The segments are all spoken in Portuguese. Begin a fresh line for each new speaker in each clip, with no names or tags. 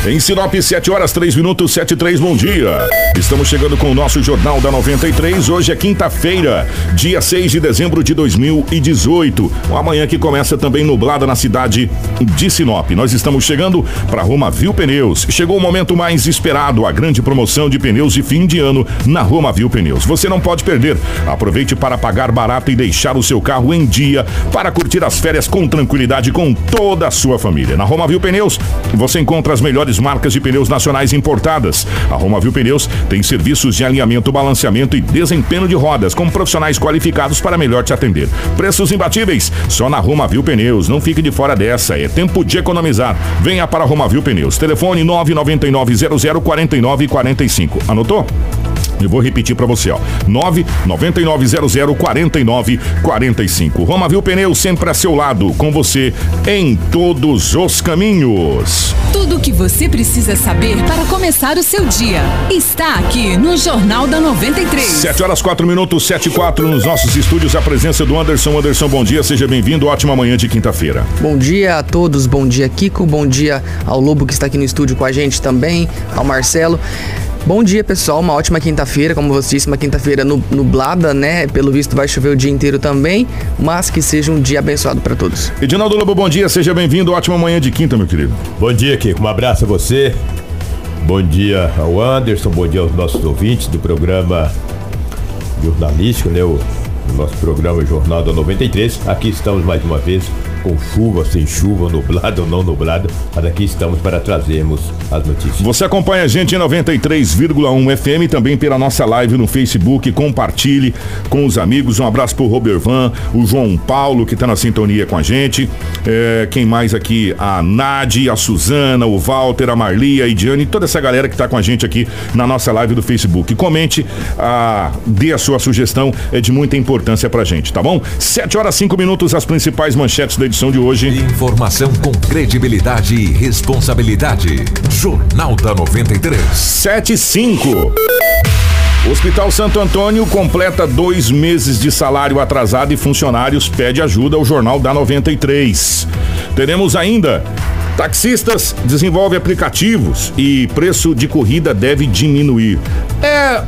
Em Sinop, 7 horas 3 minutos, 7:03, bom dia. Estamos chegando com o nosso Jornal da 93. Hoje é quinta-feira, dia 6 de dezembro de 2018. Uma manhã que começa também nublada na cidade de Sinop. Nós estamos chegando para Romavil Pneus. Chegou o momento mais esperado, a grande promoção de pneus de fim de ano na Romavil Pneus. Você não pode perder. Aproveite para pagar barato e deixar o seu carro em dia para curtir as férias com tranquilidade com toda a sua família. Na Romavil Pneus, você encontra as melhores marcas de pneus nacionais importadas. A Romavil Pneus tem serviços de alinhamento, balanceamento e desempenho de rodas com profissionais qualificados para melhor te atender. Preços imbatíveis só na Romavil Pneus. Não fique de fora dessa, é tempo de economizar. Venha para a Romavil Pneus. Telefone 999004945. Anotou? Eu vou repetir para você, ó. 999004945. Romavil Pneus sempre a seu lado, com você em todos os caminhos.
Tudo o que você precisa saber para começar o seu dia está aqui no Jornal da 93.
7 horas 4 minutos, 7:04 nos nossos estúdios. A presença do Anderson. Anderson, bom dia, seja bem-vindo. Ótima manhã de quinta-feira.
Bom dia a todos, bom dia Kiko, bom dia ao Lobo que está aqui no estúdio com a gente também, ao Marcelo. Bom dia, pessoal, uma ótima quinta-feira, como você disse, uma quinta-feira nublada, né? Pelo visto vai chover o dia inteiro também, mas que seja um dia abençoado para todos.
Edinaldo Lobo, bom dia, seja bem-vindo, ótima manhã de quinta, meu querido.
Bom dia, Kiko, um abraço a você, bom dia ao Anderson, bom dia aos nossos ouvintes do programa jornalístico, né? O nosso programa Jornal da 93, aqui estamos mais uma vez, com chuva, sem chuva, nublado ou não nublado, mas aqui estamos para trazermos as notícias.
Você acompanha a gente em 93,1 FM, também pela nossa live no Facebook, compartilhe com os amigos. Um abraço pro Robervan, o João Paulo, que tá na sintonia com a gente. Quem mais aqui? A Nadi, a Suzana, o Walter, a Marli, a Idiane, toda essa galera que tá com a gente aqui na nossa live do Facebook. Comente, dê a sua sugestão, é de muita importância pra gente, tá bom? 7 horas 5 minutos, as principais manchetes da edição de hoje.
Informação com credibilidade e responsabilidade. Jornal da 93.
7:05. O Hospital Santo Antônio completa 2 meses de salário atrasado e funcionários pede ajuda ao Jornal da 93. Teremos ainda: taxistas desenvolvem aplicativos e preço de corrida deve diminuir. É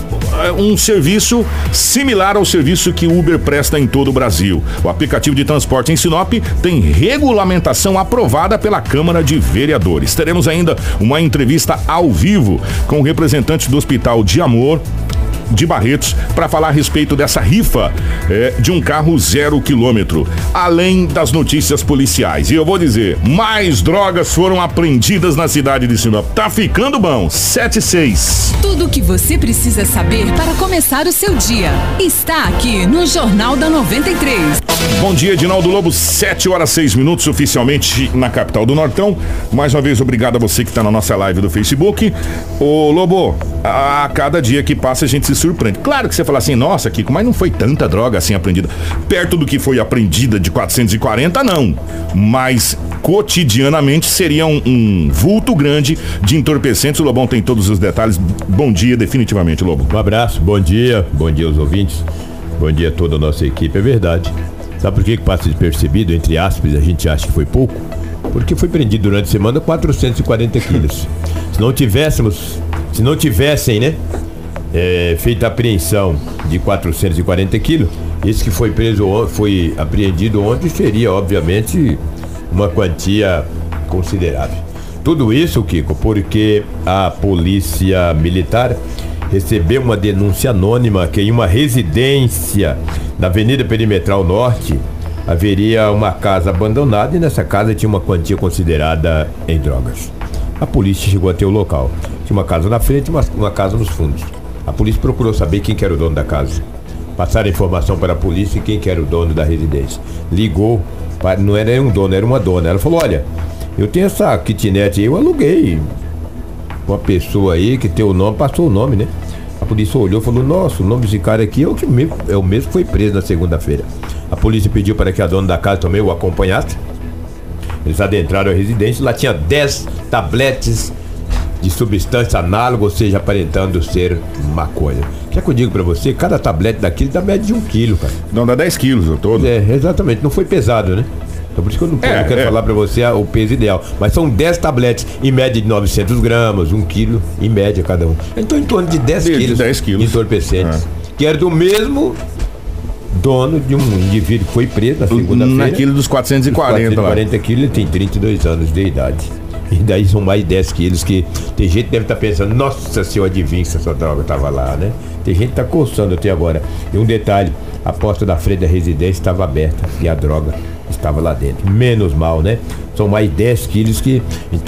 um serviço similar ao serviço que o Uber presta em todo o Brasil. O aplicativo de transporte em Sinop tem regulamentação aprovada pela Câmara de Vereadores. Teremos ainda uma entrevista ao vivo com representantes do Hospital de Amor de Barretos para falar a respeito dessa rifa de um carro 0 quilômetro, além das notícias policiais. E eu vou dizer, mais drogas foram apreendidas na cidade de Sinop. Tá ficando bom. 7:06.
Tudo o que você precisa saber para começar o seu dia está aqui no Jornal da 93.
Bom dia, Edinaldo Lobo, 7 horas 6 minutos oficialmente na capital do Nortão. Mais uma vez, obrigado a você que está na nossa live do Facebook. Ô Lobo, a cada dia que passa a gente se surpreende. Claro que você fala assim, nossa, Kiko, mas não foi tanta droga assim apreendida. Perto do que foi apreendida de 440, não. Mas cotidianamente seria um vulto grande de entorpecentes. O Lobão tem todos os detalhes. Bom dia, definitivamente, Lobo.
Um abraço, bom dia aos ouvintes, bom dia a toda a nossa equipe. É verdade. Sabe por que passa despercebido, entre aspas, a gente acha que foi pouco? Porque foi prendido durante a semana 440 quilos. Se não tivessem, né, feito a apreensão de 440 quilos, esse que foi apreendido ontem seria, obviamente, uma quantia considerável. Tudo isso, Kiko, porque a polícia militar recebeu uma denúncia anônima que em uma residência na Avenida Perimetral Norte haveria uma casa abandonada e nessa casa tinha uma quantia considerada em drogas. A polícia chegou até o local. Tinha uma casa na frente e uma casa nos fundos. A polícia procurou saber quem que era o dono da casa. Passaram a informação para a polícia quem que era o dono da residência. Ligou, não era um dono, era uma dona. Ela falou, olha, eu tenho essa kitnet aí, eu aluguei. Uma pessoa aí que tem o nome, passou o nome, né? A polícia olhou e falou, nossa, o nome desse cara aqui é o mesmo que foi preso na segunda-feira. A polícia pediu para que a dona da casa também o acompanhasse. Eles adentraram a residência, lá tinha 10 tabletes de substância análoga, ou seja, aparentando ser maconha. Quer que eu digo pra você? Cada tablete daquele dá média de 1 quilo, cara.
Não, dá 10 quilos ao todo.
Exatamente, não foi pesado, né? Então por isso que eu não quero falar pra você o peso ideal. Mas são 10 tabletes, em média de 900 gramas, 1 quilo, em média cada um. Então em torno de 10 quilos entorpecentes. Que era do mesmo dono de um indivíduo que foi preso na segunda-feira.
Naquilo dos 440 lá.
440 quilos, ele tem 32 anos de idade. E daí são mais 10 quilos que tem gente que deve estar pensando, nossa senhora, adivinha se essa droga estava lá, né? Tem gente que está coçando até agora. E um detalhe, a porta da frente da residência estava aberta e a droga estava lá dentro. Menos mal, né? São mais 10 quilos que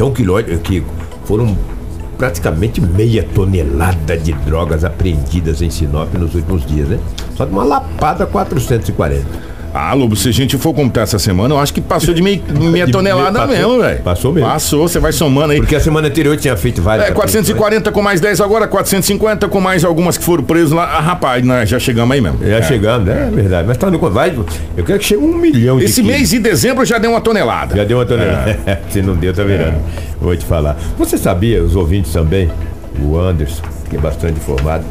foram praticamente meia tonelada de drogas apreendidas em Sinop nos últimos dias, né? Só de uma lapada 440.
Lobo, se a gente for contar essa semana, eu acho que passou de meia tonelada mesmo, velho.
Passou mesmo.
Passou, você vai somando aí.
Porque a semana anterior tinha feito várias.
440 com mais 10 agora, 450 com mais algumas que foram presas lá. Rapaz, nós já chegamos aí mesmo.
Já chegamos, é verdade. Mas tá no vai. Eu quero que chegue 1 milhão de
Esse mês de dezembro já deu uma tonelada.
Já deu uma tonelada. Se não deu, tá virando. Vou te falar. Você sabia, os ouvintes também, o Anderson, que é bastante informado,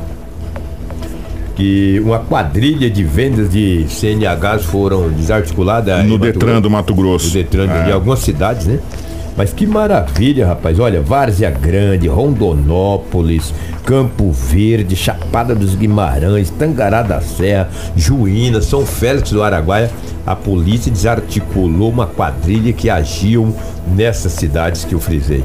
que uma quadrilha de vendas de CNHs foram desarticuladas
no Detran do Mato Grosso.
No Detran de algumas cidades, né? Mas que maravilha, rapaz. Olha, Várzea Grande, Rondonópolis, Campo Verde, Chapada dos Guimarães, Tangará da Serra, Juína, São Félix do Araguaia. A polícia desarticulou uma quadrilha que agiam nessas cidades que eu frisei.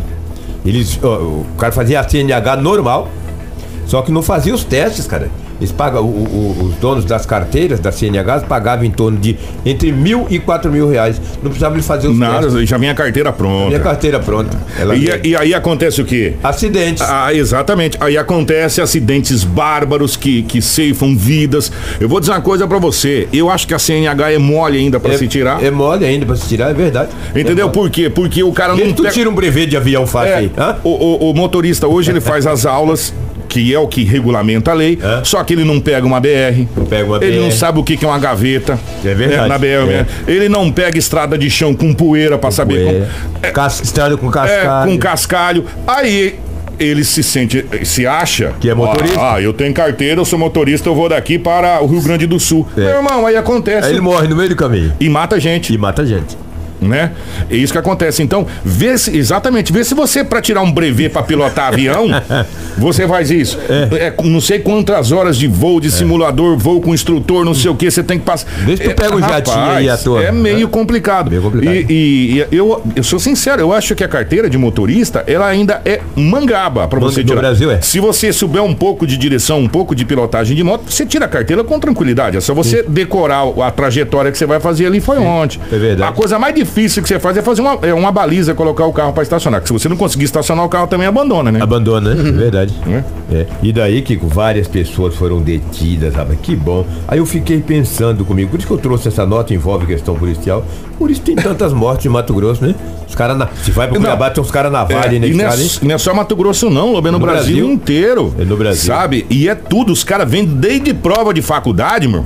O cara fazia a CNH normal, só que não fazia os testes, cara. Eles pagam, os donos das carteiras da CNH pagavam em torno de entre R$1.000 e R$4.000. Não precisavam fazer os testes.
Já vinha a carteira pronta.
Vinha a carteira pronta.
E aí acontece o quê?
Acidentes.
Exatamente. Aí acontece acidentes bárbaros que ceifam vidas. Eu vou dizer uma coisa pra você. Eu acho que a CNH é mole ainda pra se tirar.
É mole ainda pra se tirar, é verdade.
Entendeu? Por quê? Porque o cara não...
Tu tira um brevet de avião fácil aí.
O motorista hoje ele faz as aulas, que é o que regulamenta a lei, só que ele não pega uma BR, ele não sabe o que é uma gaveta,
é verdade,
na BR, ele não pega estrada de chão com poeira pra saber
estrada com cascalho.
Com cascalho. Aí ele se acha
que é motorista.
Eu tenho carteira, eu sou motorista, eu vou daqui para o Rio Grande do Sul. Meu irmão, aí acontece.
Aí ele morre no meio do caminho.
E mata gente. Né? É isso que acontece. Então, vê se você, pra tirar um brevet pra pilotar avião, você faz isso. Não sei quantas horas de voo, de simulador, voo com instrutor, não sei o que, você tem que passar.
Vê se tu pega o jatinho aí à toa.
É meio complicado. E eu sou sincero, eu acho que a carteira de motorista, ela ainda é mangaba pra você tirar.
No Brasil
Se você souber um pouco de direção, um pouco de pilotagem de moto, você tira a carteira com tranquilidade. É só você decorar a trajetória que você vai fazer ali, foi ontem.
É verdade.
A coisa mais difícil que você faz é fazer uma baliza, colocar o carro para estacionar. Que se você não conseguir estacionar o carro, também abandona, né?
Abandona, né? Verdade. E daí, Kiko, várias pessoas foram detidas, sabe? Que bom. Aí eu fiquei pensando comigo, por isso que eu trouxe essa nota, envolve questão policial. Por isso tem tantas mortes em Mato Grosso, né? Os caras se vai pro Cuiabá, tem uns caras na vale, né?
E não é só Mato Grosso não, Lobo, é no Brasil inteiro.
É no Brasil.
Sabe? E é tudo, os caras vêm desde prova de faculdade, meu,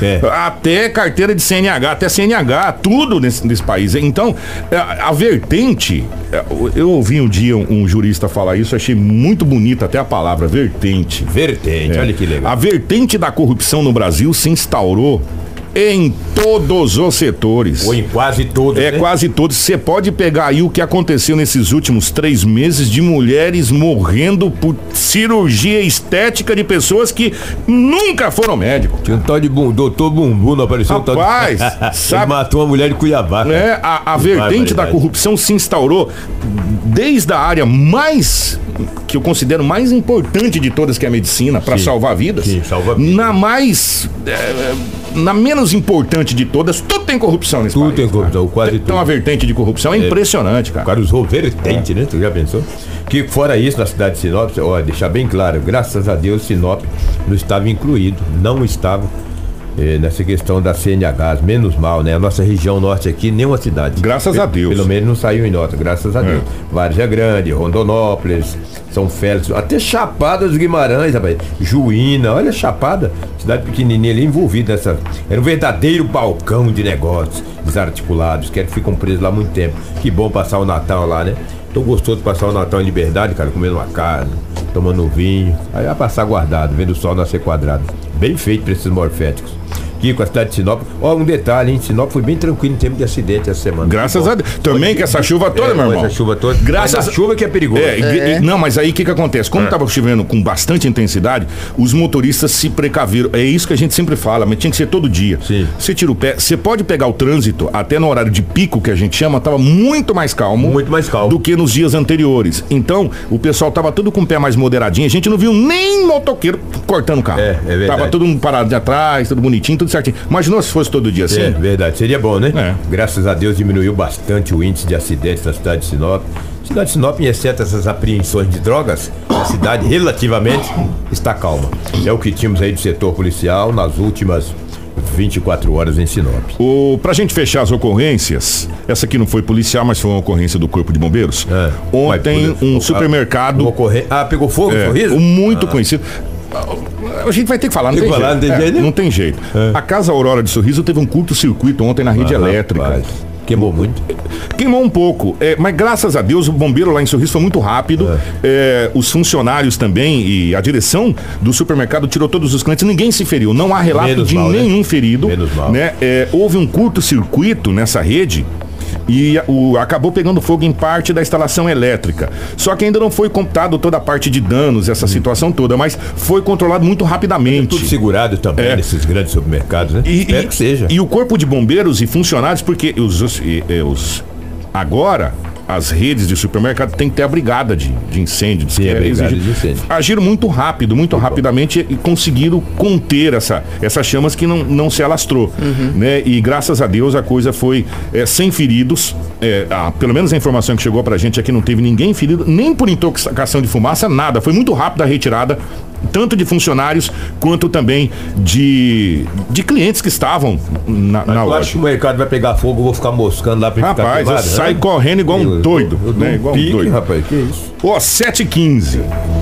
até carteira de CNH, até CNH, tudo nesse país. Então, a vertente, eu ouvi um dia um jurista falar isso, achei muito bonita até a palavra, vertente.
Olha que legal.
A vertente da corrupção no Brasil se instaurou em todos os setores.
Ou em quase todos, né?
Quase todos. Você pode pegar aí o que aconteceu nesses últimos 3 meses de mulheres morrendo por cirurgia estética de pessoas que nunca foram médicos.
Tinha um tal de doutor Bumbum, não apareceu?
Rapaz,
sabe? Ele matou uma mulher de Cuiabá.
A vertente da corrupção se instaurou desde a área que eu considero mais importante de todas, que é a medicina, para salvar vidas.
Sim, salva vidas.
Na menos importante de todas, tudo tem corrupção nesse país.
Tudo tem corrupção, quase tudo.
Então a vertente de corrupção é impressionante, cara.
O cara usou vertente, né? Tu já pensou? Que fora isso, na cidade de Sinop, deixar bem claro, graças a Deus, Sinop não estava incluído, não estava nessa questão das CNHs, menos mal, né? A nossa região norte aqui, nenhuma cidade.
Graças a Deus.
Pelo menos não saiu em nota, graças a Deus. Várzea Grande, Rondonópolis, São Félix, até Chapada dos Guimarães, rapaz. Juína, olha Chapada, cidade pequenininha ali envolvida nessa. Era um verdadeiro balcão de negócios desarticulados, que ficam presos lá há muito tempo. Que bom passar o Natal lá, né? Tô gostoso de passar o Natal em liberdade, cara, comendo uma carne, tomando um vinho. Aí vai passar guardado, vendo o sol nascer quadrado. Bem feito pra esses morféticos. Kiko, a cidade de Sinop. Ó, um detalhe, hein? Sinop foi bem tranquilo em termos de acidente essa semana.
Graças a Deus. Também com essa chuva toda, meu irmão.
Essa chuva toda.
Graças
a chuva que é perigosa.
Não, mas aí o que acontece? Como estava chovendo com bastante intensidade, os motoristas se precaveram. É isso que a gente sempre fala, mas tinha que ser todo dia.
Sim.
Você tira o pé, você pode pegar o trânsito, até no horário de pico que a gente chama, tava muito mais calmo.
Muito mais calmo.
Do que nos dias anteriores. Então, o pessoal tava tudo com o pé mais moderadinho. A gente não viu nem motoqueiro cortando o carro.
É verdade.
Tava todo mundo parado de atrás, tudo bonitinho, tudo certinho. Imaginou se fosse todo dia assim?
É verdade. Seria bom, né?
É.
Graças a Deus diminuiu bastante o índice de acidentes na cidade de Sinop. A cidade de Sinop, exceto essas apreensões de drogas, a cidade relativamente está calma. É o que tínhamos aí do setor policial nas últimas 24 horas em Sinop.
Pra gente fechar as ocorrências, essa aqui não foi policial, mas foi uma ocorrência do Corpo de Bombeiros. Ontem, um supermercado...
pegou fogo no Sorriso?
Muito conhecido. A gente vai ter que falar, não tem jeito. Não tem jeito. A Casa Aurora de Sorriso teve um curto-circuito ontem na rede elétrica.
Rapaz, queimou muito?
Queimou um pouco, mas graças a Deus o bombeiro lá em Sorriso foi muito rápido. Os funcionários também e a direção do supermercado tirou todos os clientes, ninguém se feriu, não há relato de nenhum ferido.
Menos mal.
Né? Houve um curto-circuito nessa rede e acabou pegando fogo em parte da instalação elétrica. Só que ainda não foi computado toda a parte de danos, essa situação toda, mas foi controlado muito rapidamente.
Tudo segurado também nesses grandes supermercados, né? Espero que seja.
E o Corpo de Bombeiros e funcionários, porque agora as redes de supermercado têm que ter a brigada de incêndio.
Sim, a brigada de incêndio.
Agiram muito rápido, muito rapidamente e conseguiram conter essas chamas que não se alastrou. Né? E graças a Deus a coisa foi sem feridos. Pelo menos a informação que chegou pra gente aqui, não teve ninguém ferido, nem por intoxicação de fumaça, nada. Foi muito rápida a retirada, tanto de funcionários quanto também de clientes que estavam na loja.
Eu acho que o mercado vai pegar fogo, eu vou ficar moscando lá pra ficar queimado,
sai correndo igual um doido.
Igual um doido. Rapaz, que isso?
7h15.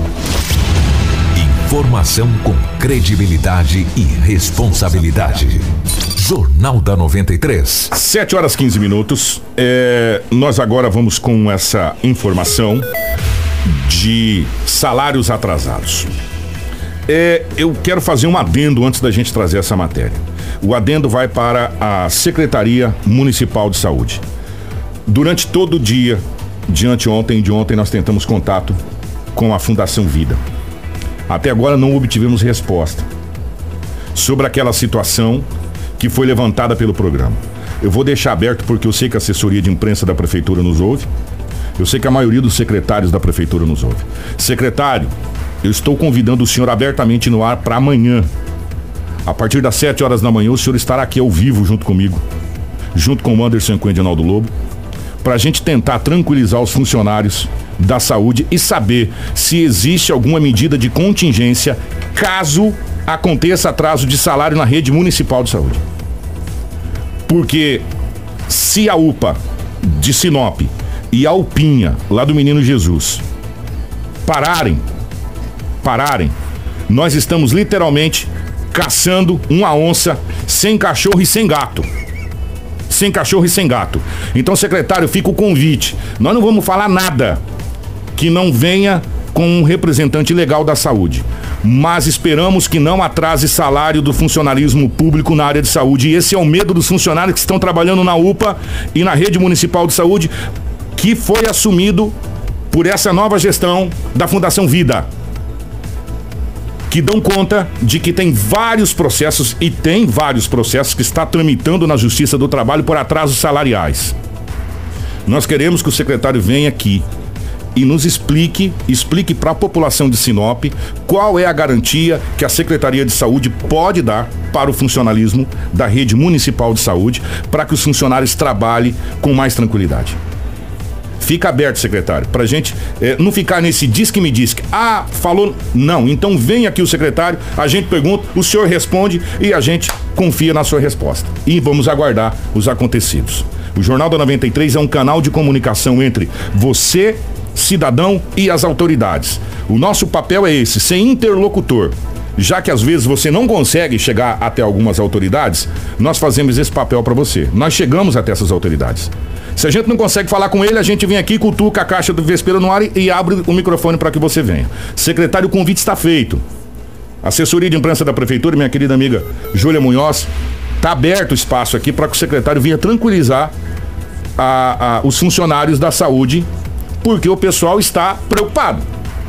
Informação com credibilidade e responsabilidade. Jornal da 93.
7h15. Nós agora vamos com essa informação de salários atrasados. Eu quero fazer um adendo antes da gente trazer essa matéria. O adendo vai para a Secretaria Municipal de Saúde. Durante todo o dia, de ontem, nós tentamos contato com a Fundação Vida. Até agora não obtivemos resposta sobre aquela situação que foi levantada pelo programa. Eu vou deixar aberto porque eu sei que a assessoria de imprensa da Prefeitura nos ouve. Eu sei que a maioria dos secretários da Prefeitura nos ouve. Secretário, eu estou convidando o senhor abertamente no ar para amanhã. A partir das 7 horas da manhã, o senhor estará aqui ao vivo junto comigo, junto com o Anderson e com o Edinaldo Lobo, para a gente tentar tranquilizar os funcionários da saúde e saber se existe alguma medida de contingência caso aconteça atraso de salário na rede municipal de saúde. Porque se a UPA de Sinop e a UPinha, lá do Menino Jesus, pararem, nós estamos literalmente caçando uma onça sem cachorro e sem gato. Sem cachorro e sem gato. Então, secretário, fica o convite. Nós não vamos falar nada que não venha com um representante legal da saúde. Mas esperamos que não atrase salário do funcionalismo público na área de saúde. E esse é o medo dos funcionários que estão trabalhando na UPA e na rede municipal de saúde, que foi assumido por essa nova gestão da Fundação Vida, que dão conta de que tem vários processos que está tramitando na Justiça do Trabalho por atrasos salariais. Nós queremos que o secretário venha aqui e nos explique para a população de Sinop qual é a garantia que a Secretaria de Saúde pode dar para o funcionalismo da rede municipal de saúde, para que os funcionários trabalhem com mais tranquilidade. Fica aberto, secretário, pra gente não ficar nesse diz que me diz. Falou. Não, então vem aqui o secretário, a gente pergunta, o senhor responde e a gente confia na sua resposta. E vamos aguardar os acontecidos. O Jornal da 93 é um canal de comunicação entre você, cidadão, e as autoridades. O nosso papel é esse, ser interlocutor. Já que às vezes você não consegue chegar até algumas autoridades, nós fazemos esse papel para você. Nós chegamos até essas autoridades. Se a gente não consegue falar com ele, a gente vem aqui, cutuca a caixa do vespeiro no ar e abre o microfone para que você venha. Secretário, o convite está feito. Assessoria de imprensa da Prefeitura, minha querida amiga Júlia Munhoz, está aberto o espaço aqui para que o secretário venha tranquilizar os funcionários da saúde, porque o pessoal está preocupado.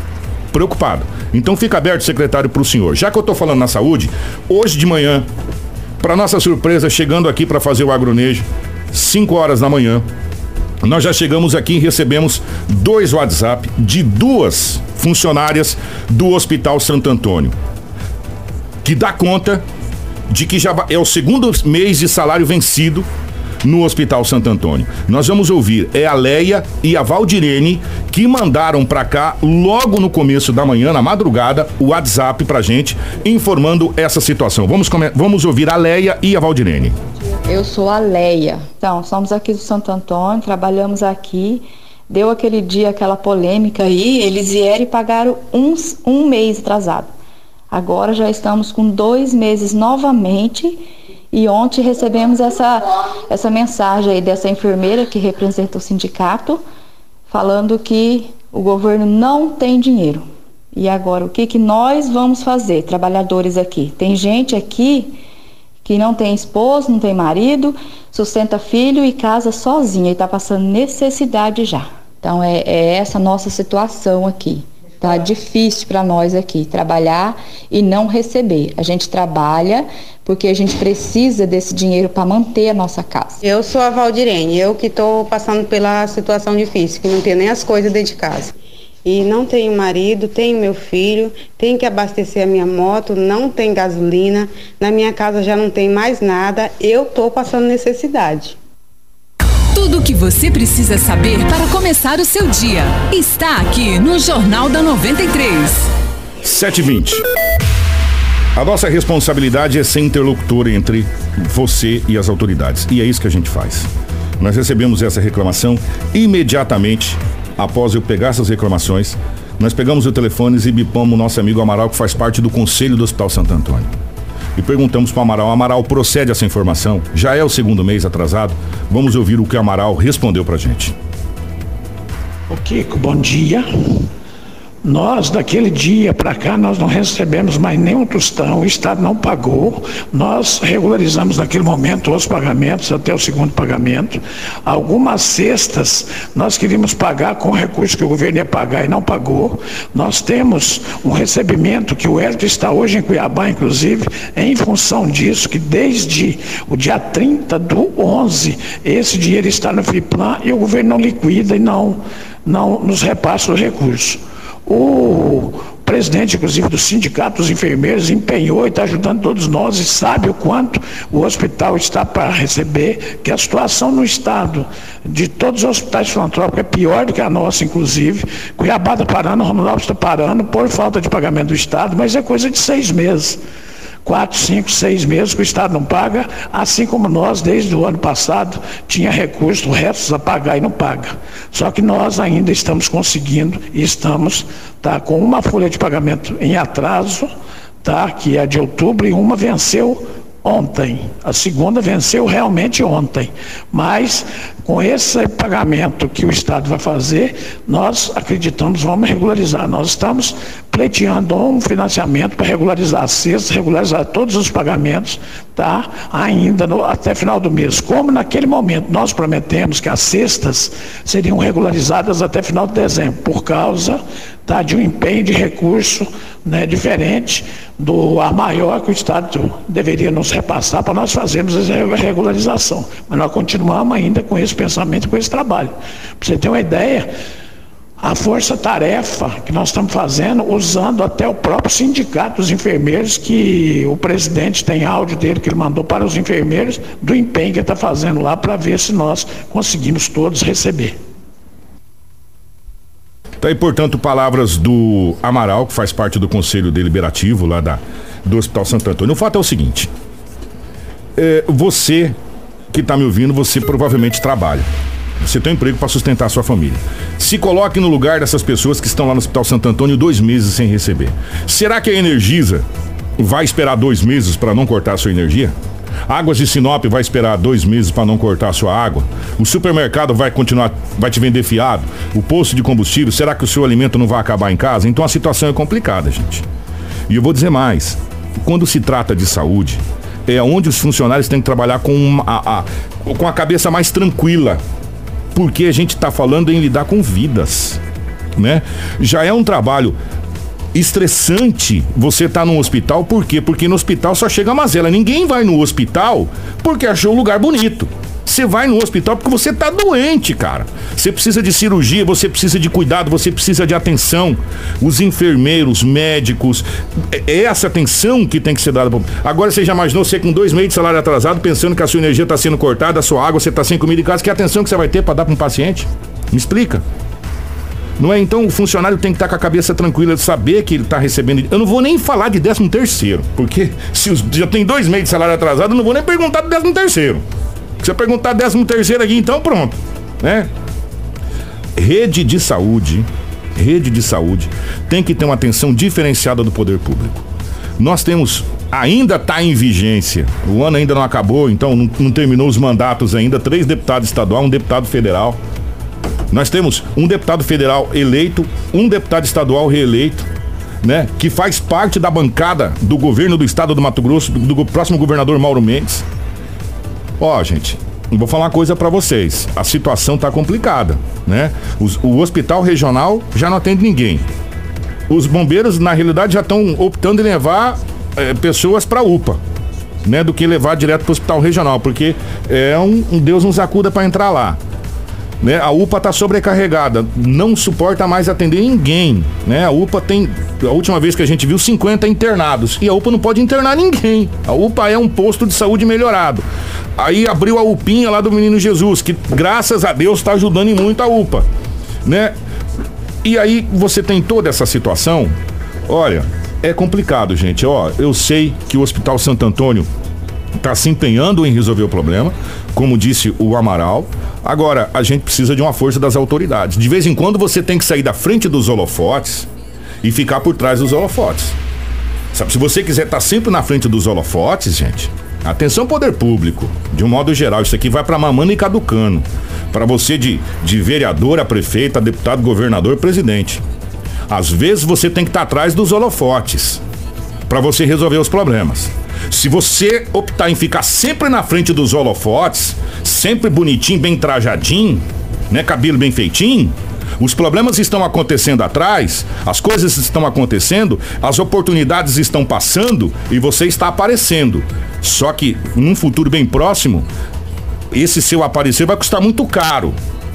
Então fica aberto, secretário, para o senhor. Já que eu estou falando na saúde, hoje de manhã, para nossa surpresa, chegando aqui para fazer o agronejo, 5 horas da manhã, nós já chegamos aqui e recebemos 2 WhatsApp de 2 funcionárias do Hospital Santo Antônio, que dá conta de que já é o 2º mês de salário vencido no Hospital Santo Antônio. Nós vamos ouvir, a Leia e a Valdirene, que mandaram pra cá logo no começo da manhã, na madrugada, o WhatsApp pra gente, informando essa situação. Vamos ouvir a Leia e a Valdirene.
Eu sou a Leia. Então, somos aqui do Santo Antônio, trabalhamos aqui, deu aquele dia, aquela polêmica aí, eles vieram e pagaram um mês atrasado. Agora já estamos com 2 meses novamente. E ontem recebemos essa mensagem aí dessa enfermeira que representa o sindicato, falando que o governo não tem dinheiro. E agora, o que nós vamos fazer, trabalhadores aqui? Tem gente aqui que não tem esposo, não tem marido, sustenta filho e casa sozinha e está passando necessidade já. Então, é essa nossa situação aqui. Tá difícil para nós aqui trabalhar e não receber. A gente trabalha porque a gente precisa desse dinheiro para manter a nossa casa.
Eu sou a Valdirene, eu que estou passando pela situação difícil, que não tenho nem as coisas dentro de casa. E não tenho marido, tenho meu filho, tenho que abastecer a minha moto, não tem gasolina, na minha casa já não tem mais nada, eu estou passando necessidade.
Tudo o que você precisa saber para começar o seu dia está aqui no Jornal da 93.
7h20. A nossa responsabilidade é ser interlocutor entre você e as autoridades. E é isso que a gente faz. Nós recebemos essa reclamação imediatamente após eu pegar essas reclamações. Nós pegamos o telefone e bipamos o nosso amigo Amaral, que faz parte do Conselho do Hospital Santo Antônio. E perguntamos para o Amaral: Amaral, procede essa informação? Já é o 2º mês atrasado? Vamos ouvir o que o Amaral respondeu para a gente.
Ô Kiko, bom dia. Nós, daquele dia para cá, nós não recebemos mais nenhum tostão, o Estado não pagou, nós regularizamos naquele momento os pagamentos, até o 2º pagamento. Algumas cestas nós queríamos pagar com recurso que o governo ia pagar e não pagou. Nós temos um recebimento que o Hélio está hoje em Cuiabá, inclusive, em função disso, que desde o dia 30/11, esse dinheiro está no FIPLAN e o governo não liquida e não nos repassa o recurso. O presidente, inclusive, do sindicato dos enfermeiros empenhou e está ajudando todos nós e sabe o quanto o hospital está para receber, que a situação no estado de todos os hospitais filantrópicos é pior do que a nossa, inclusive. Cuiabá está parando, Romulo Alves está parando por falta de pagamento do estado, mas é coisa de 6 meses. 4, 5, 6 meses que o Estado não paga, assim como nós, desde o ano passado, tinha recursos, restos a pagar e não paga. Só que nós ainda estamos conseguindo e estamos com uma folha de pagamento em atraso, que é de outubro, e uma venceu ontem. A segunda venceu realmente ontem. Mas com esse pagamento que o Estado vai fazer, nós acreditamos vamos regularizar. Nós estamos pleiteando um financiamento para regularizar as cestas, regularizar todos os pagamentos, ainda até final do mês. Como naquele momento nós prometemos que as cestas seriam regularizadas até final de dezembro, por causa de um empenho de recurso diferente do a maior que o Estado deveria nos repassar para nós fazermos essa regularização. Mas nós continuamos ainda com esse pensamento, com esse trabalho. Para você ter uma ideia, a força-tarefa que nós estamos fazendo, usando até o próprio sindicato dos enfermeiros, que o presidente tem áudio dele que ele mandou para os enfermeiros, do empenho que ele está fazendo lá para ver se nós conseguimos todos receber.
Tá aí, portanto, palavras do Amaral, que faz parte do Conselho Deliberativo lá do Hospital Santo Antônio. O fato é o seguinte: você que está me ouvindo, você provavelmente trabalha. Você tem um emprego para sustentar a sua família. Se coloque no lugar dessas pessoas que estão lá no Hospital Santo Antônio 2 meses sem receber. Será que a Energisa vai esperar 2 meses para não cortar a sua energia? Águas de Sinop vai esperar 2 meses para não cortar a sua água? O supermercado vai te vender fiado? O posto de combustível, será que o seu alimento não vai acabar em casa? Então a situação é complicada, gente. E eu vou dizer mais, quando se trata de saúde, é onde os funcionários têm que trabalhar com a cabeça mais tranquila, porque a gente está falando em lidar com vidas, né? Já é um trabalho estressante você estar num hospital, por quê? Porque no hospital só chega a mazela. Ninguém vai no hospital porque achou o lugar bonito. Você vai no hospital porque você tá doente, cara. Você precisa de cirurgia, você precisa de cuidado, você precisa de atenção. Os enfermeiros, médicos, é essa atenção que tem que ser dada. Agora você já imaginou você com 2 meses de salário atrasado, pensando que a sua energia tá sendo cortada, a sua água, você tá sem comida em casa, que atenção que você vai ter para dar para um paciente? Me explica. Não é? Então o funcionário tem que estar com a cabeça tranquila de saber que ele está recebendo. Eu não vou nem falar de 13º, porque se já tem 2 meses de salário atrasado, eu não vou nem perguntar do 13º. Se eu perguntar 13º aqui, então pronto, né? Rede de saúde tem que ter uma atenção diferenciada do poder público. Nós temos, ainda está em vigência, o ano ainda não acabou, então não terminou os mandatos ainda, 3 deputados estaduais, 1 deputado federal. Nós temos um deputado federal eleito, 1 deputado estadual reeleito, né? Que faz parte da bancada do governo do estado do Mato Grosso, do próximo governador Mauro Mendes. Ó, gente, eu vou falar uma coisa pra vocês. A situação tá complicada, né? O hospital regional já não atende ninguém. Os bombeiros, na realidade, já estão optando em levar pessoas pra UPA, né? Do que levar direto pro hospital regional, porque é um Deus nos acuda pra entrar lá. Né? A UPA está sobrecarregada, não suporta mais atender ninguém, né? A UPA tem, a última vez que a gente viu, 50 internados, e a UPA não pode internar ninguém. A UPA é um posto de saúde melhorado. Aí abriu a UPinha lá do Menino Jesus, que graças a Deus está ajudando muito a UPA, né? E aí você tem toda essa situação. Olha, é complicado, gente. Ó, eu sei que o Hospital Santo Antônio está se empenhando em resolver o problema, como disse o Amaral. Agora, a gente precisa de uma força das autoridades. De vez em quando você tem que sair da frente dos holofotes e ficar por trás dos holofotes. Sabe, se você quiser estar sempre na frente dos holofotes, gente, atenção poder público, de um modo geral, isso aqui vai para mamando e caducando. Para você de vereador a prefeito, a deputado, governador, presidente. Às vezes você tem que estar atrás dos holofotes para você resolver os problemas. Se você optar em ficar sempre na frente dos holofotes, sempre bonitinho, bem trajadinho, né, cabelo bem feitinho, os problemas estão acontecendo atrás, as coisas estão acontecendo, as oportunidades estão passando e você está aparecendo. Só que num futuro bem próximo, esse seu aparecer vai custar muito caro,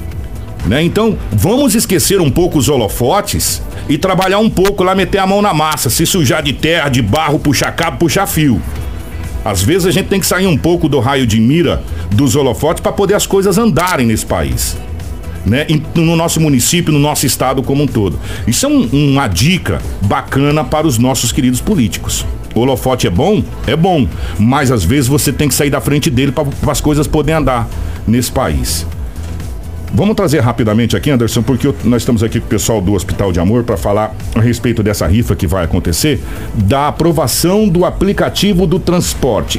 né? Então vamos esquecer um pouco os holofotes e trabalhar um pouco lá, meter a mão na massa, se sujar de terra, de barro, puxar cabo, puxar fio. Às vezes a gente tem que sair um pouco do raio de mira dos holofotes para poder as coisas andarem nesse país, né? No nosso município, no nosso estado como um todo. Isso é uma dica bacana para os nossos queridos políticos. O holofote é bom, mas às vezes você tem que sair da frente dele para as coisas poderem andar nesse país. Vamos trazer rapidamente aqui, Anderson, porque nós estamos aqui com o pessoal do Hospital de Amor para falar a respeito dessa rifa que vai acontecer, da aprovação do aplicativo do transporte.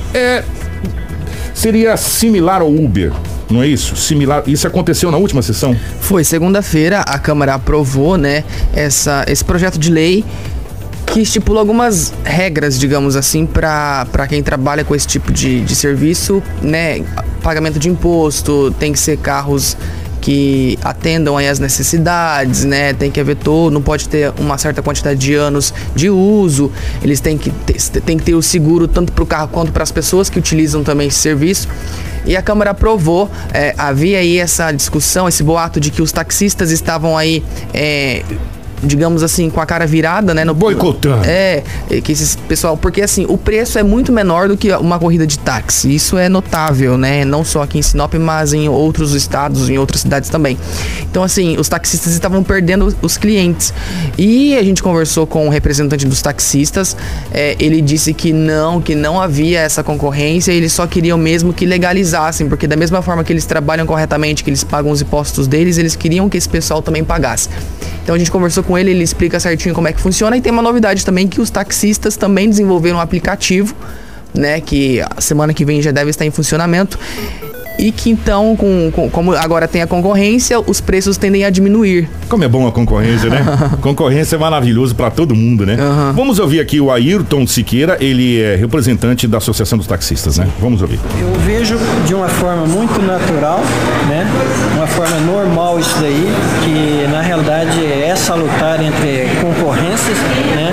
Seria similar ao Uber, não é isso? Similar. Isso aconteceu na última sessão?
Foi, segunda-feira a Câmara aprovou, né, esse projeto de lei que estipula algumas regras, digamos assim, para quem trabalha com esse tipo de serviço, né? Pagamento de imposto, tem que ser carros que atendam aí as necessidades, né? Tem que haver não pode ter uma certa quantidade de anos de uso. Eles têm que ter o seguro tanto para o carro quanto para as pessoas que utilizam também esse serviço. E a Câmara aprovou. Havia aí essa discussão, esse boato de que os taxistas estavam aí digamos assim, com a cara virada, né?
Boicotando.
Que esses pessoal, porque assim, o preço é muito menor do que uma corrida de táxi. Isso é notável, né? Não só aqui em Sinop, mas em outros estados, em outras cidades também. Então, assim, os taxistas estavam perdendo os clientes. E a gente conversou com o representante dos taxistas. Ele disse que não havia essa concorrência. Eles só queriam mesmo que legalizassem, porque da mesma forma que eles trabalham corretamente, que eles pagam os impostos deles, eles queriam que esse pessoal também pagasse. Então a gente conversou com ele explica certinho como é que funciona. E tem uma novidade também, que os taxistas também desenvolveram um aplicativo, né, que a semana que vem já deve estar em funcionamento. e que então, como agora tem a concorrência, os preços tendem a diminuir.
Como é bom a concorrência, né? Concorrência é maravilhoso para todo mundo, né? Vamos ouvir aqui o Ayrton Siqueira, ele é representante da Associação dos Taxistas, né? Vamos ouvir.
Eu vejo de uma forma muito natural, né? Uma forma normal isso daí, que na realidade é salutar entre concorrências, né?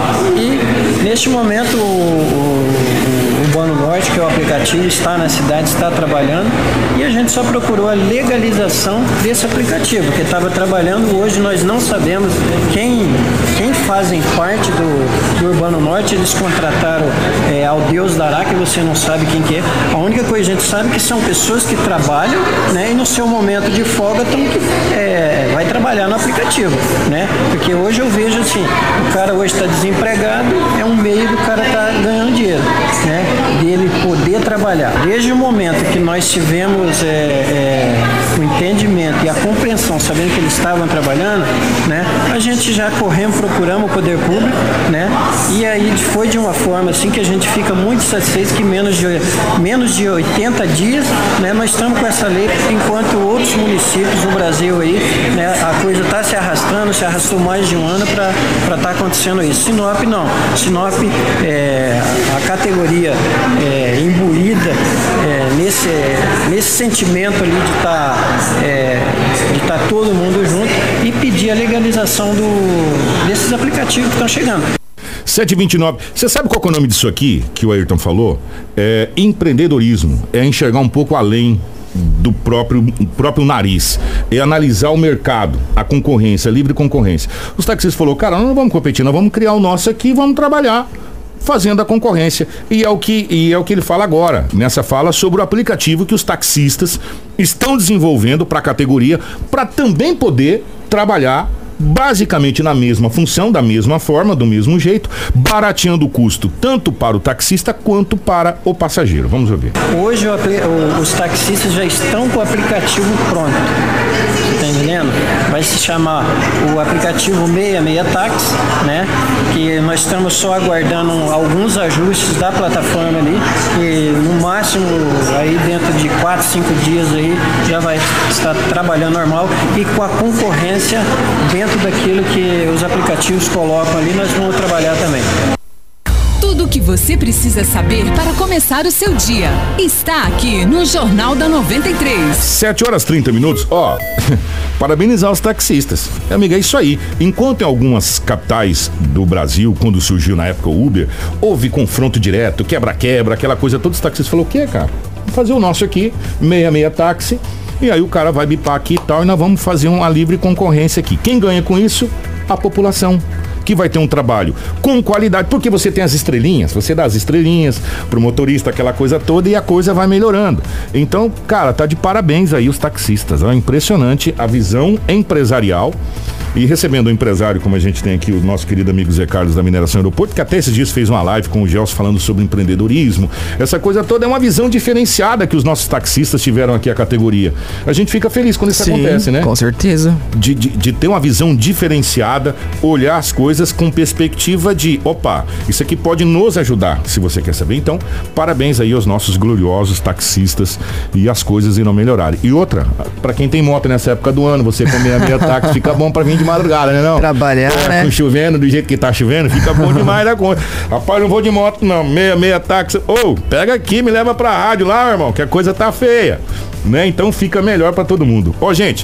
E neste momento o Bono Norte, que é o aplicativo, está na cidade, está trabalhando, e a gente só procurou a legalização desse aplicativo, que estava trabalhando. Hoje nós não sabemos quem fazem parte do Urbano Norte. Eles contrataram ao Deus dará, que você não sabe quem que é. A única coisa que a gente sabe é que são pessoas que trabalham, né, e no seu momento de folga vai trabalhar no aplicativo, né? Porque hoje eu vejo assim, o cara hoje está desempregado, é um meio do cara estar ganhando dinheiro, né? Dele poder trabalhar. Desde o momento que nós tivemos o entendimento e a compreensão, sabendo que eles estavam trabalhando, né? A gente já procuramos o poder público, né? E aí foi de uma forma assim que a gente fica muito satisfeito que menos de 80 dias, né? Nós estamos com essa lei, enquanto outros municípios no Brasil aí, né? A coisa está se arrastou mais de um ano para estar acontecendo isso. Sinop não. Sinop, a categoria imbuída nesse sentimento ali de estar todo mundo junto e pedir a legalização desses aplicativos que estão chegando.
7h29. Você sabe qual é o nome disso aqui que o Ayrton falou? É empreendedorismo. É enxergar um pouco além do próprio nariz. É analisar o mercado, a concorrência, a livre concorrência. Os taxistas falaram, cara, nós não vamos competir, nós vamos criar o nosso aqui e vamos trabalhar fazendo a concorrência. E é o que ele fala agora, nessa fala sobre o aplicativo que os taxistas estão desenvolvendo para a categoria, para também poder trabalhar basicamente na mesma função, da mesma forma, do mesmo jeito, barateando o custo tanto para o taxista quanto para o passageiro. Vamos ouvir.
Hoje os taxistas já estão com o aplicativo pronto. Você está entendendo? Vai se chamar o aplicativo 66 Táxi, né? Que nós estamos só aguardando alguns ajustes da plataforma ali, e no máximo aí dentro de 4, 5 dias aí já vai estar trabalhando normal e com a concorrência dentro daquilo que os aplicativos colocam ali, nós vamos trabalhar também.
Tudo o que você precisa saber para começar o seu dia está aqui no Jornal da 93.
7h30. Ó, parabenizar os taxistas. Amiga, é isso aí. Enquanto em algumas capitais do Brasil, quando surgiu na época o Uber, houve confronto direto, quebra-quebra, aquela coisa toda, os taxistas falaram, o que, cara? Vamos fazer o nosso aqui, 66 Táxi. E aí o cara vai bipar aqui e tal, e nós vamos fazer uma livre concorrência aqui. Quem ganha com isso? A população, que vai ter um trabalho com qualidade, porque você tem as estrelinhas, você dá as estrelinhas pro motorista, aquela coisa toda, e a coisa vai melhorando. Então, cara, tá de parabéns aí os taxistas. É impressionante a visão empresarial. E recebendo um empresário, como a gente tem aqui, o nosso querido amigo Zé Carlos da Mineração Aeroporto, que até esses dias fez uma live com o Gelson falando sobre empreendedorismo. Essa coisa toda é uma visão diferenciada que os nossos taxistas tiveram aqui a categoria. A gente fica feliz quando isso acontece, né?
Com certeza.
De ter uma visão diferenciada, olhar as coisas com perspectiva de, opa, isso aqui pode nos ajudar, se você quer saber. Então, parabéns aí aos nossos gloriosos taxistas e as coisas irão melhorarem. E outra, pra quem tem moto nessa época do ano, você comer a meia táxi fica bom pra vir de madrugada, né não?
Trabalhar, né?
Com chovendo, do jeito que tá chovendo, fica bom demais da conta. Rapaz, não vou de moto não, meia táxi. Pega aqui, me leva pra rádio lá, meu irmão, que a coisa tá feia, né? Então fica melhor pra todo mundo. Gente,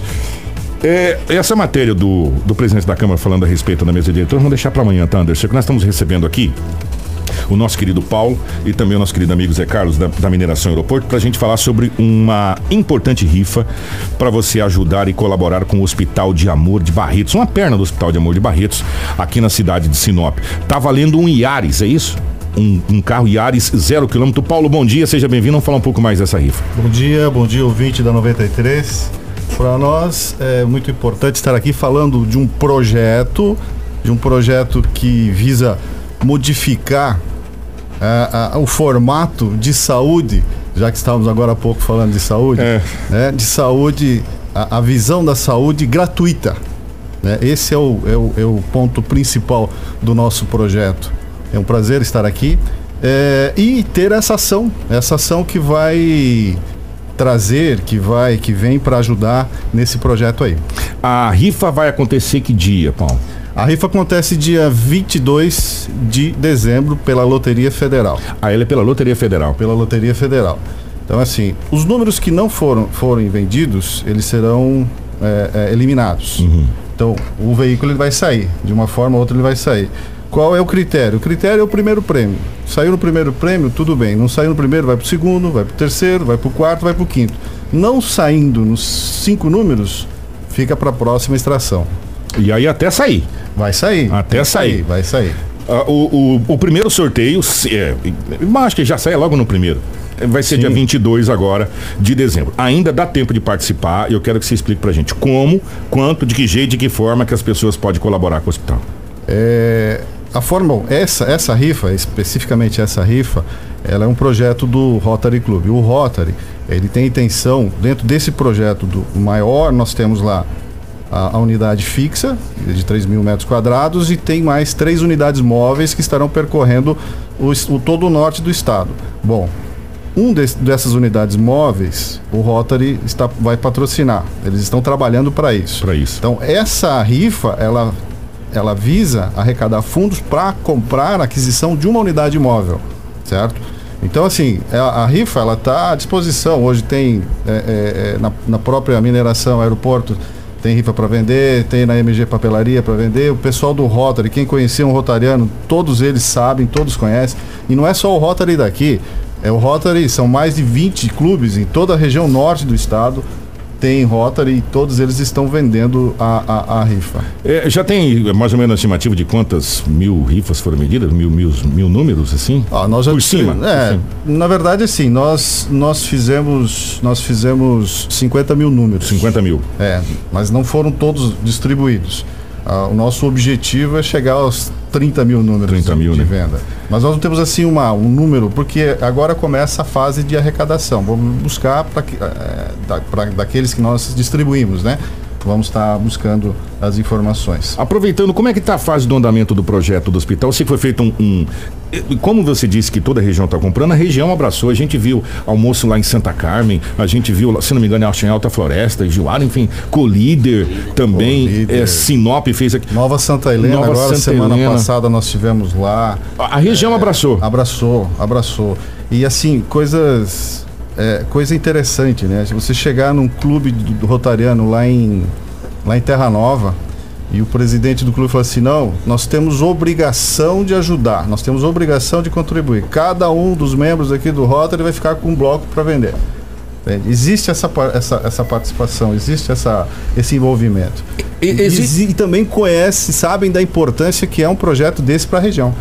essa matéria do presidente da Câmara falando a respeito da mesa diretora, vamos deixar pra amanhã, tá, Anderson? Que nós estamos recebendo aqui o nosso querido Paulo e também o nosso querido amigo Zé Carlos da Mineração Aeroporto, para a gente falar sobre uma importante rifa para você ajudar e colaborar com o Hospital de Amor de Barretos, uma perna do Hospital de Amor de Barretos, aqui na cidade de Sinop. Tá valendo um Yaris, é isso? Um carro Yaris 0 km. Paulo, bom dia, seja bem-vindo. Vamos falar um pouco mais dessa rifa.
Bom dia, ouvinte da 93. Para nós é muito importante estar aqui falando de um projeto que visa modificar o formato de saúde, já que estávamos agora há pouco falando de saúde, de saúde, a visão da saúde gratuita, né? Esse é o ponto principal do nosso projeto. É um prazer estar aqui e ter essa ação que vai trazer, que vem para ajudar nesse projeto aí.
A rifa vai acontecer que dia, Paulo?
A rifa acontece dia 22 de dezembro pela Loteria Federal.
Ela é pela Loteria Federal?
Pela Loteria Federal. Então, assim, os números que não forem vendidos, eles serão eliminados.
Uhum.
Então, o veículo ele vai sair. De uma forma ou outra ele vai sair. Qual é o critério? O critério é o primeiro prêmio. Saiu no primeiro prêmio, tudo bem. Não saiu no primeiro, vai pro segundo, vai pro terceiro, vai pro quarto, vai pro quinto. Não saindo nos 5 números, fica para a próxima extração.
E aí até sair?
Vai sair.
Até sair.
Vai sair.
O primeiro sorteio, acho que já sai logo no primeiro. Vai ser dia 22 agora de dezembro. Ainda dá tempo de participar. Eu quero que você explique pra gente como, quanto, de que jeito, de que forma que as pessoas podem colaborar com o hospital. Essa rifa, especificamente essa rifa, ela é um projeto do Rotary Club. O Rotary, ele tem intenção, dentro desse projeto do maior, nós temos lá a unidade fixa, de 3 mil metros quadrados, e tem mais 3 unidades móveis que estarão percorrendo todo o norte do estado. Bom, dessas unidades móveis, o Rotary vai patrocinar. Eles estão trabalhando para isso. Então, essa rifa, ela visa arrecadar fundos para comprar a aquisição de uma unidade móvel, certo? Então, assim, a rifa, ela está à disposição. Hoje tem, na própria mineração, aeroporto, tem rifa para vender, tem na MG Papelaria para vender. O pessoal do Rotary, quem conhecia um rotariano, todos eles sabem, todos conhecem. E não é só o Rotary daqui, o Rotary, são mais de 20 clubes em toda a região norte do estado, tem Rotary, e todos eles estão vendendo a rifa. Já tem mais ou menos uma estimativa de quantas mil rifas foram vendidas? Mil números, assim?
Nós já
por cima?
Na verdade, assim, nós fizemos 50 mil números.
50 mil.
Mas não foram todos distribuídos. O nosso objetivo é chegar aos 30 mil números de venda. Mas nós não temos assim um número, porque agora começa a fase de arrecadação. Vamos buscar daqueles que nós distribuímos, né? Vamos estar buscando as informações.
Aproveitando, como é que está a fase do andamento do projeto do hospital? Eu sei que foi feito como você disse que toda a região está comprando, a região abraçou. A gente viu almoço lá em Santa Carmen, a gente viu, se não me engano, em Alta Floresta, Juara, enfim, Colíder também, Sinop fez aqui.
Nova Santa Helena, agora semana passada nós tivemos lá.
A região abraçou.
Abraçou. E assim, coisa interessante, né? Se você chegar num clube do Rotariano lá em Terra Nova, e o presidente do clube falou assim: não, nós temos obrigação de ajudar, nós temos obrigação de contribuir. Cada um dos membros aqui do Rotary vai ficar com um bloco para vender. Existe essa participação, existe esse envolvimento. E também sabem da importância que é um projeto desse para a região.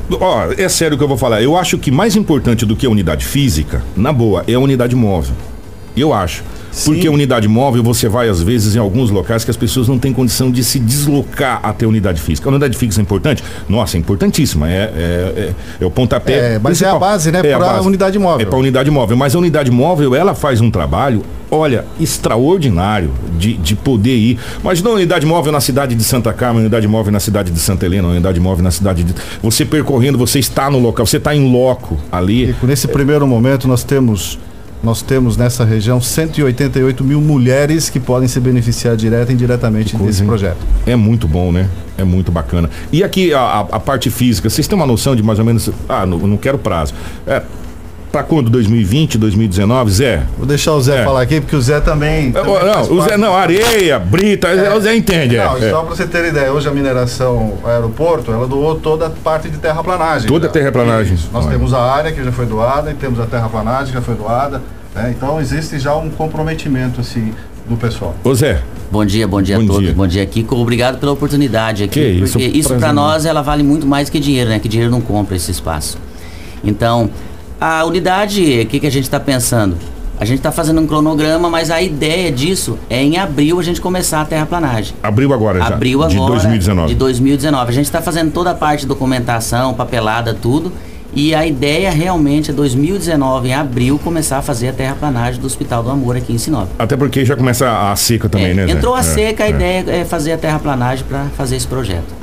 É sério o que eu vou falar. Eu acho que mais importante do que a unidade física, na boa, é a unidade móvel. Eu acho. Sim. Porque a unidade móvel, você vai às vezes em alguns locais que as pessoas não têm condição de se deslocar até a unidade física. A unidade física é importante? Nossa, é importantíssima. É o pontapé.
Mas
principal.
É a base, né? Para a unidade móvel.
É para a unidade móvel. Mas a unidade móvel, ela faz um trabalho, olha, extraordinário de poder ir. Imagina uma unidade móvel na cidade de Santa Carmen, uma unidade móvel na cidade de Santa Helena, uma unidade móvel na cidade de... Você percorrendo, você está no local, você está em loco ali.
E nesse primeiro momento nós temos nessa região 188 mil mulheres que podem se beneficiar direta e indiretamente desse projeto.
É muito bom, né? É muito bacana. E aqui a parte física, vocês têm uma noção de mais ou menos... não quero prazo. Para quando? 2020, 2019, Zé?
Vou deixar o Zé falar aqui, porque o Zé também...
o Zé não, areia, brita, o Zé entende.
Só para você ter ideia, hoje a mineração aeroporto, ela doou toda a parte de terraplanagem.
Toda a terraplanagem.
Nós temos a área que já foi doada e temos a terraplanagem que já foi doada, né? Então existe já um comprometimento assim do pessoal.
Ô Zé.
Bom dia a todos. Bom dia, Kiko. Obrigado pela oportunidade aqui. Porque isso para nós ela vale muito mais que dinheiro, né? Que dinheiro não compra esse espaço. Então, a unidade, o que a gente está pensando? A gente está fazendo um cronograma, mas a ideia disso é em abril a gente começar a terraplanagem.
Abril agora já?
Abril agora.
De 2019.
De 2019. A gente está fazendo toda a parte de documentação, papelada, tudo. E a ideia realmente é 2019, em abril, começar a fazer a terraplanagem do Hospital do Amor aqui em Sinop.
Até porque já começa a seca também, né?
Entrou a seca, a ideia é fazer a terraplanagem para fazer esse projeto.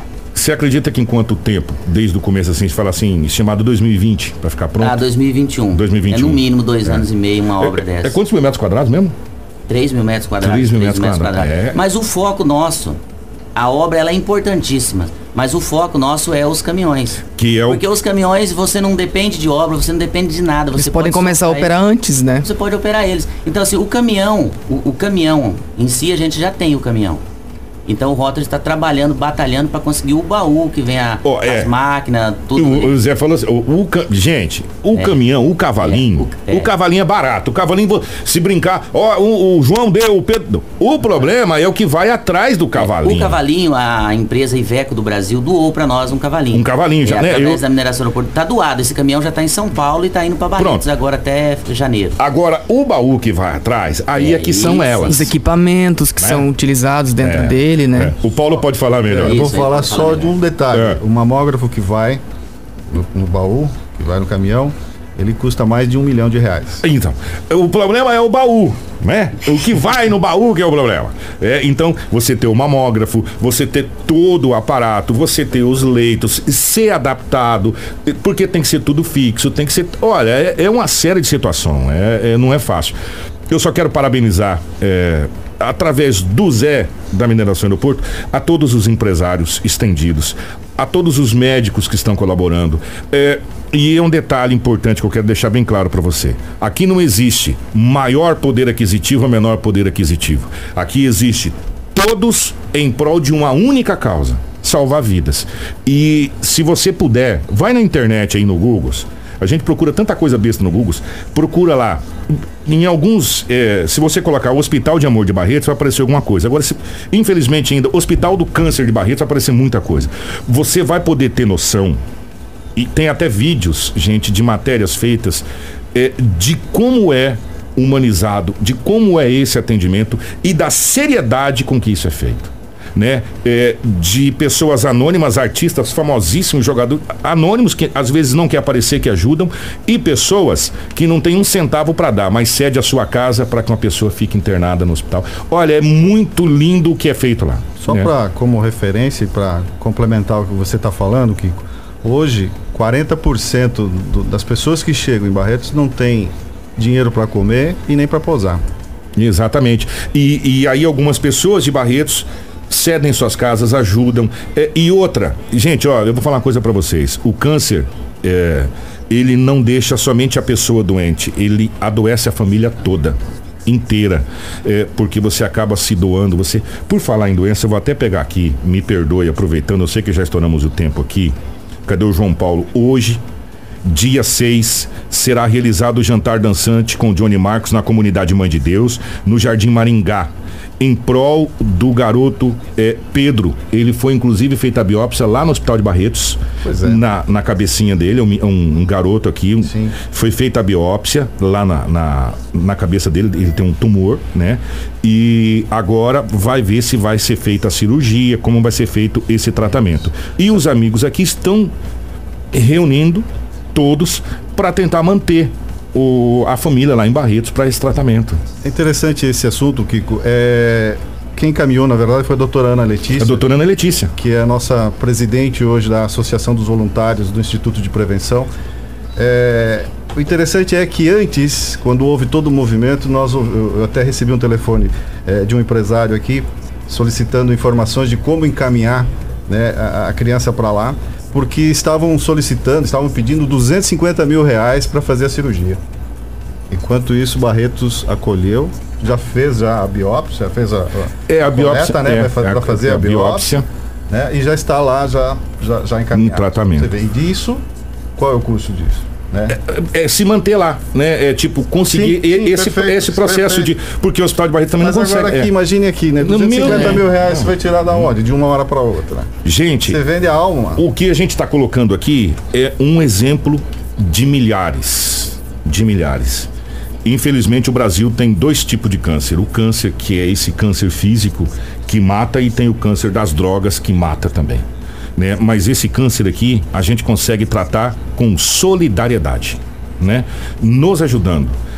Você acredita que em quanto tempo, desde o começo assim, se fala assim, estimado 2020, para ficar pronto?
2021.
2021.
É no mínimo 2 anos e meio uma obra dessa.
É quantos mil metros quadrados mesmo?
3 mil metros quadrados.
3 mil metros quadrados.
Mas o foco nosso, a obra ela é importantíssima, mas o foco nosso é os caminhões. Porque os caminhões, você não depende de obra, você não depende de nada.
Eles podem começar a operar antes, né?
Você pode operar eles. Então assim, o caminhão em si, a gente já tem o caminhão. Então o Rotary está trabalhando, batalhando para conseguir o baú que vem as máquinas, tudo.
O Zé falou assim, gente, o caminhão, o cavalinho, o cavalinho é barato. O cavalinho, se brincar, o João deu, o Pedro. O problema é o que vai atrás do cavalinho.
O cavalinho, a empresa Iveco do Brasil doou para nós um cavalinho.
Um cavalinho já, né?
Através da mineração do Porto. Tá doado. Esse caminhão já está em São Paulo e está indo para Barretos agora até janeiro.
Agora, o baú que vai atrás, aí é que são elas.
Os equipamentos que são utilizados dentro dele. Né?
O Paulo pode falar melhor.
Eu vou falar só de um detalhe. O mamógrafo que vai no baú, que vai no caminhão, ele custa mais de R$1 milhão.
Então, o problema é o baú, né? O que vai no baú que é o problema. Então, você ter o mamógrafo, você ter todo o aparato, você ter os leitos, ser adaptado, porque tem que ser tudo fixo, tem que ser... Olha, é uma série de situações, não é fácil. Eu só quero parabenizar... através do Zé da Mineração do Porto, a todos os empresários estendidos, a todos os médicos que estão colaborando. E é um detalhe importante que eu quero deixar bem claro para você. Aqui não existe maior poder aquisitivo ou menor poder aquisitivo. Aqui existe todos em prol de uma única causa: salvar vidas. E se você puder, vai na internet aí no Google. A gente procura tanta coisa besta no Google. Procura lá. Em alguns, se você colocar o Hospital de Amor de Barretos, vai aparecer alguma coisa. Agora, infelizmente ainda, Hospital do Câncer de Barretos, vai aparecer muita coisa. Você vai poder ter noção, e tem até vídeos, gente, de matérias feitas, de como é humanizado, de como é esse atendimento e da seriedade com que isso é feito. Né? De pessoas anônimas, artistas famosíssimos, jogadores anônimos que às vezes não quer aparecer, que ajudam, e pessoas que não tem um centavo para dar, mas cede a sua casa para que uma pessoa fique internada no hospital. Olha, é muito lindo o que é feito lá.
Só como referência e para complementar o que você está falando, Kiko, hoje 40% das pessoas que chegam em Barretos não tem dinheiro para comer e nem para pousar.
Exatamente. E aí algumas pessoas de Barretos cedem suas casas, ajudam. E outra, gente, eu vou falar uma coisa pra vocês. O câncer, ele não deixa somente a pessoa doente, ele adoece a família toda, inteira, porque você acaba se doando. Por falar em doença, eu vou até pegar aqui, me perdoe, aproveitando, eu sei que já estouramos o tempo aqui. Cadê o João Paulo? Hoje, dia 6, será realizado o jantar dançante com Johnny Marcos na comunidade Mãe de Deus, no Jardim Maringá, em prol do garoto Pedro. Ele foi inclusive feita a biópsia lá no Hospital de Barretos, na cabecinha dele, um garoto aqui, foi feita a biópsia lá na cabeça dele, ele tem um tumor, né? E agora vai ver se vai ser feita a cirurgia, como vai ser feito esse tratamento. E os amigos aqui estão reunindo todos para tentar manter a família lá em Barretos para esse tratamento.
É interessante esse assunto, Kiko. Quem encaminhou, na verdade, foi a doutora Ana Letícia.
A doutora Ana Letícia.
Que é a nossa presidente hoje da Associação dos Voluntários do Instituto de Prevenção. O interessante é que antes, quando houve todo o movimento, eu até recebi um telefone de um empresário aqui solicitando informações de como encaminhar, né, a criança para lá, porque estavam pedindo R$250 mil para fazer a cirurgia. Enquanto isso, Barretos acolheu, já fez a biópsia, fez a biópsia, né, para fazer a biópsia, né, e já está lá, já encaminhado.
Um tratamento.
Você vê, e disso, qual é o custo disso? Né?
Se manter lá, né? Conseguir esse processo de... Porque o Hospital de Barretos também não consegue.
Mas agora imagine aqui, né? R$250 mil você vai tirar da onde? De uma hora para outra.
Gente...
Você vende a alma.
O que a gente está colocando aqui é um exemplo de milhares. Infelizmente, o Brasil tem 2 tipos de câncer. O câncer que é esse câncer físico que mata, e tem o câncer das drogas que mata também. Né? Mas esse câncer aqui a gente consegue tratar com solidariedade, né? Nos ajudando.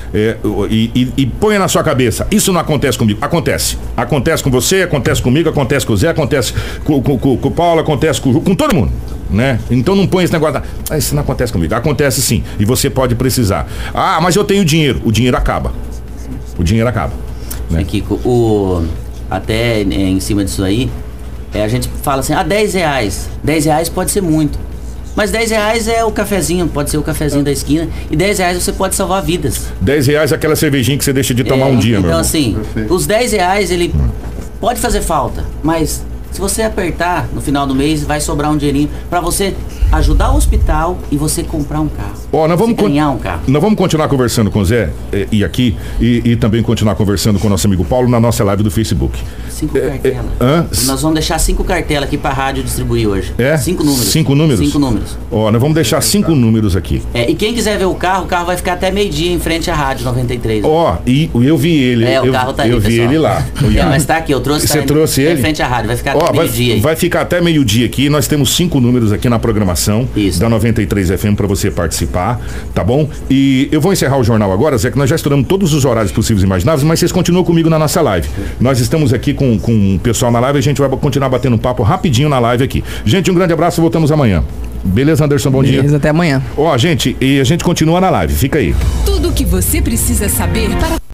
e ponha na sua cabeça, isso não acontece comigo. Acontece. Acontece com você, acontece comigo, acontece com o Zé, acontece com o Paulo, acontece com todo mundo, né? Então não põe esse negócio, isso não acontece comigo. Acontece sim, e você pode precisar. Ah, mas eu tenho dinheiro. O dinheiro acaba. O dinheiro acaba. Né?
Kiko, até em cima disso aí, a gente fala assim, R$10. R$10 pode ser muito. Mas R$10 é o cafezinho, pode ser o cafezinho da esquina. E R$10 você pode salvar vidas.
R$10 é aquela cervejinha que você deixa de tomar um dia,
então,
meu
assim, perfeito. Os R$10 ele pode fazer falta, mas se você apertar no final do mês, vai sobrar um dinheirinho para você ajudar o hospital e você comprar um carro.
Nós vamos ganhar um carro. Nós vamos continuar conversando com o Zé e também continuar conversando com o nosso amigo Paulo na nossa live do Facebook.
5 cartelas. Nós vamos deixar 5 cartelas aqui para a rádio distribuir hoje. 5 números.
5 números?
5 números.
Nós vamos deixar 5 números aqui.
E quem quiser ver o carro vai ficar até meio-dia em frente à rádio 93.
E eu vi ele.
O carro tá aí,
eu vi ele lá.
Mas tá aqui, eu trouxe.
Você trouxe ele?
Em frente à rádio, vai ficar até meio-dia aí.
Vai ficar até meio-dia aqui. Nós temos 5 números aqui na programação da 93 FM para você participar, tá bom? E eu vou encerrar o jornal agora, Zé, que nós já estouramos todos os horários possíveis e imagináveis, mas vocês continuam comigo na nossa live. Nós estamos aqui com o pessoal na live, a gente vai continuar batendo um papo rapidinho na live aqui. Gente, um grande abraço, voltamos amanhã. Beleza, Anderson? Bom dia.
Beleza, até amanhã.
Gente, e a gente continua na live, fica aí.
Tudo o que você precisa saber para